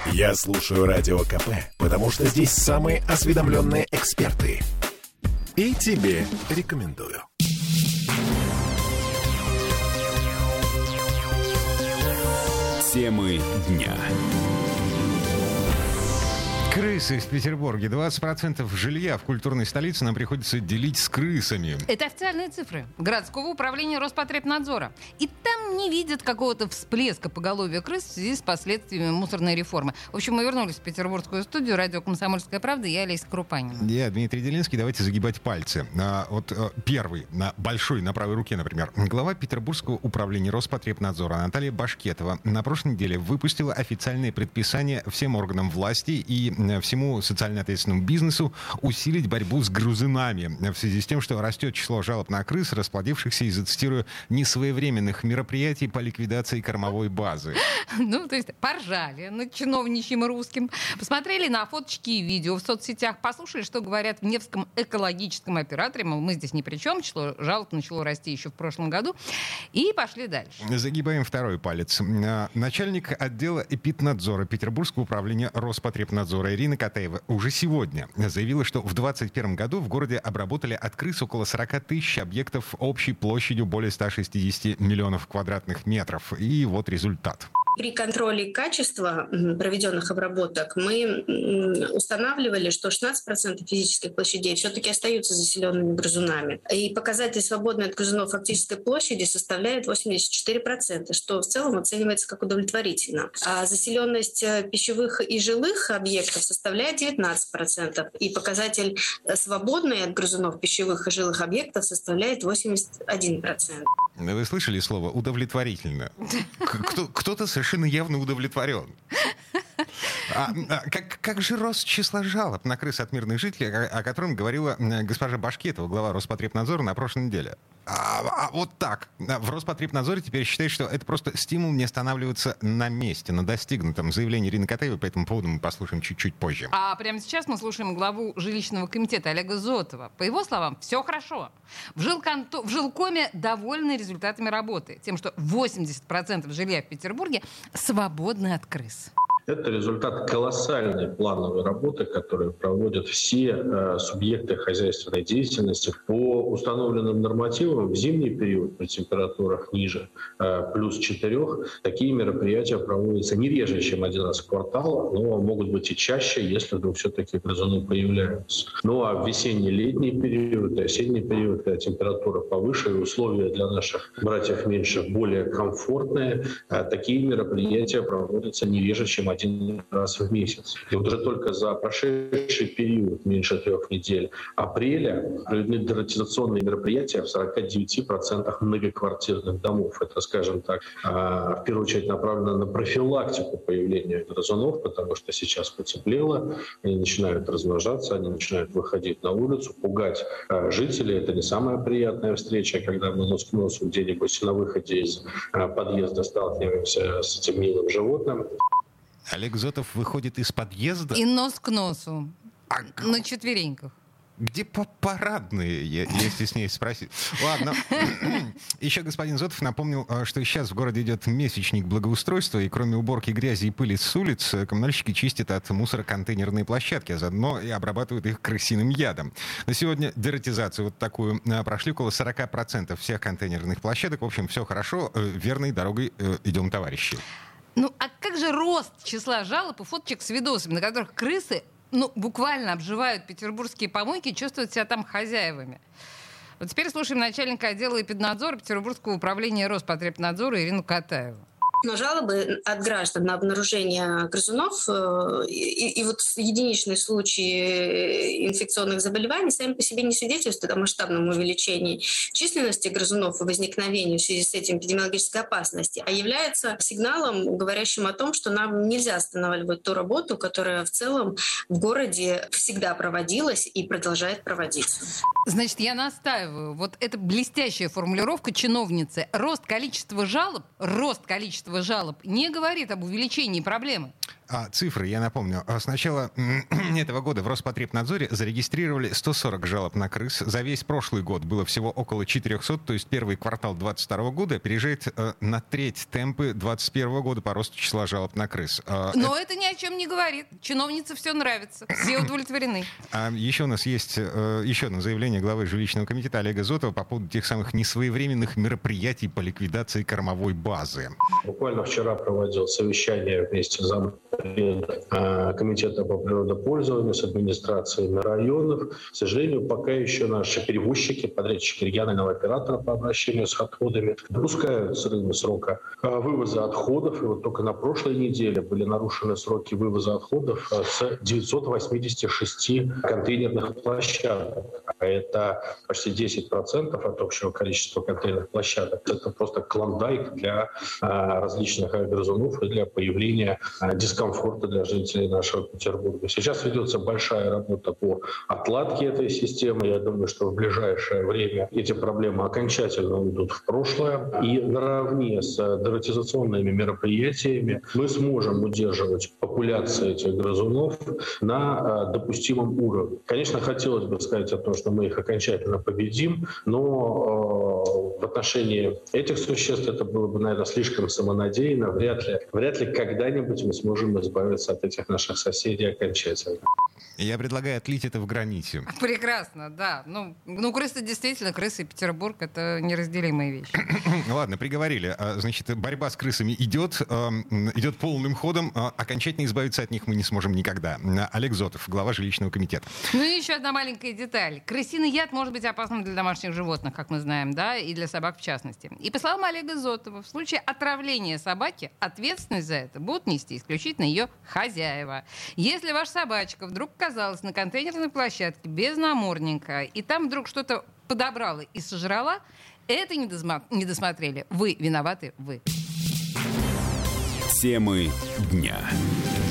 Я слушаю Радио КП, потому что здесь самые осведомленные эксперты. И тебе рекомендую. Темы дня. Крысы в Петербурге. 20% жилья в культурной столице нам приходится делить с крысами. Это официальные цифры городского управления Роспотребнадзора. И там не видят какого-то всплеска поголовья крыс в связи с последствиями мусорной реформы. В общем, мы вернулись в петербургскую студию. Радио «Комсомольская правда». Я Олеся Крупанина. Я Дмитрий Делинский. Давайте загибать пальцы. Первый, большой, на правой руке, например. Глава Петербургского управления Роспотребнадзора Наталья Башкетова на прошлой неделе выпустила официальное предписание всем органам власти и всему социально ответственному бизнесу усилить борьбу с грызунами в связи с тем, что растет число жалоб на крыс, расплодившихся из-за, цитирую, несвоевременных мероприятий по ликвидации кормовой базы. То есть поржали над чиновничьим русским, посмотрели на фоточки и видео в соцсетях, послушали, что говорят в Невском экологическом операторе, мол, мы здесь ни при чем, число жалоб начало расти еще в прошлом году, и пошли дальше. Загибаем второй палец. Начальник отдела эпиднадзора Петербургского управления Роспотребнадзора Ирина Катаева уже сегодня заявила, что в 2021 году в городе обработали от крыс около 40 тысяч объектов общей площадью более 160 миллионов квадратных метров. И вот результат. При контроле качества проведенных обработок мы устанавливали, что 16% физических площадей все-таки остаются заселенными грызунами. И показатель свободной от грызунов фактической площади составляет 84%, что в целом оценивается как удовлетворительно. А заселенность пищевых и жилых объектов составляет 19%. И показатель свободной от грызунов пищевых и жилых объектов составляет 81%. Вы слышали слово «удовлетворительно»? Кто-то совершенно явно удовлетворен. Как же рост числа жалоб на крыс от мирных жителей, о котором говорила госпожа Башкетова, глава Роспотребнадзора, на прошлой неделе? Вот так. В Роспотребнадзоре теперь считают, что это просто стимул не останавливаться на месте, на достигнутом. Заявление Ирины Катаевой по этому поводу мы послушаем чуть-чуть позже. А прямо сейчас мы слушаем главу жилищного комитета Олега Зотова. По его словам, все хорошо. В жилкоме довольны результатами работы. Тем, что 80% жилья в Петербурге свободны от крыс. Это результат колоссальной плановой работы, которую проводят все субъекты хозяйственной деятельности. По установленным нормативам в зимний период при температурах ниже плюс 4 такие мероприятия проводятся не реже, чем один раз в квартал, но могут быть и чаще, если вдруг все-таки грызуны появляются. Ну а в весенне-летний период, осенний период, когда температура повыше и условия для наших братьев меньших более комфортные, такие мероприятия проводятся не реже, чем один раз в месяц. И вот уже только за прошедший период, меньше 3 недель апреля, проведены дератизационные мероприятия в 49% многоквартирных домов. Это, скажем так, в первую очередь направлено на профилактику появления грызунов, потому что сейчас потеплело, они начинают размножаться, они начинают выходить на улицу, пугать жителей. Это не самая приятная встреча, когда мы нос к носу где-нибудь на выходе из подъезда сталкиваемся с этим милым животным. Олег Зотов выходит из подъезда. И нос к носу. На четвереньках. Где парадные, если с ней спросить. Ладно. Еще господин Зотов напомнил, что сейчас в городе идет месячник благоустройства, и кроме уборки грязи и пыли с улиц, коммунальщики чистят от мусора контейнерные площадки, а заодно и обрабатывают их крысиным ядом. На сегодня дератизацию вот такую прошли около 40% всех контейнерных площадок. В общем, все хорошо. Верной дорогой идем, товарищи. А как же рост числа жалоб и фоточек с видосами, на которых крысы буквально обживают петербургские помойки и чувствуют себя там хозяевами? Вот теперь слушаем начальника отдела эпиднадзора Петербургского управления Роспотребнадзора Ирину Катаеву. Но жалобы от граждан на обнаружение грызунов и вот единичные случаи инфекционных заболеваний сами по себе не свидетельствуют о масштабном увеличении численности грызунов и возникновению в связи с этим эпидемиологической опасности, а являются сигналом, говорящим о том, что нам нельзя останавливать ту работу, которая в целом в городе всегда проводилась и продолжает проводиться. Значит, я настаиваю. Вот эта блестящая формулировка чиновницы. Рост количества жалоб не говорит об увеличении проблемы. Цифры, я напомню. С начала этого года в Роспотребнадзоре зарегистрировали 140 жалоб на крыс. За весь прошлый год было всего около 400, то есть первый квартал 2022 года опережает на треть темпы 2021 года по росту числа жалоб на крыс. Но это ни о чем не говорит. Чиновнице все нравится. Все удовлетворены. Еще у нас есть еще одно заявление главы жилищного комитета Олега Зотова по поводу тех самых несвоевременных мероприятий по ликвидации кормовой базы. Буквально вчера проводил совещание вместе с комитета по природопользованию с администрациями районов. К сожалению, пока еще наши перевозчики, подрядчики регионального оператора по обращению с отходами допускают срока вывоза отходов. И вот только на прошлой неделе были нарушены сроки вывоза отходов с 986 контейнерных площадок. А это почти 10% от общего количества контейнерных площадок. Это просто клондайк для различных грызунов и для появления дискомфорта для жителей нашего Петербурга. Сейчас ведется большая работа по отладке этой системы. Я думаю, что в ближайшее время эти проблемы окончательно уйдут в прошлое. И наравне с дератизационными мероприятиями мы сможем удерживать популяцию этих грызунов на допустимом уровне. Конечно, хотелось бы сказать о том, что мы их окончательно победим, но в отношении этих существ это было бы, наверное, слишком самонадеянно. Вряд ли когда-нибудь мы сможем избавиться от этих наших соседей окончательно. Я предлагаю отлить это в граните. Прекрасно, да. Ну, крысы действительно, крысы и Петербург — это неразделимые вещи. Ладно, приговорили. Значит, борьба с крысами идет полным ходом. Окончательно избавиться от них мы не сможем никогда. Олег Зотов, глава жилищного комитета. Ну и еще одна маленькая деталь. Крысиный яд может быть опасным для домашних животных, как мы знаем, да, и для собак в частности. И по словам Олега Зотова, в случае отравления собаки ответственность за это будут нести исключительно ее хозяева. Если ваша собачка вдруг оказалась на контейнерной площадке без намордника, и там вдруг что-то подобрала и сожрала, это не досмотрели. Вы виноваты, вы. Темы дня.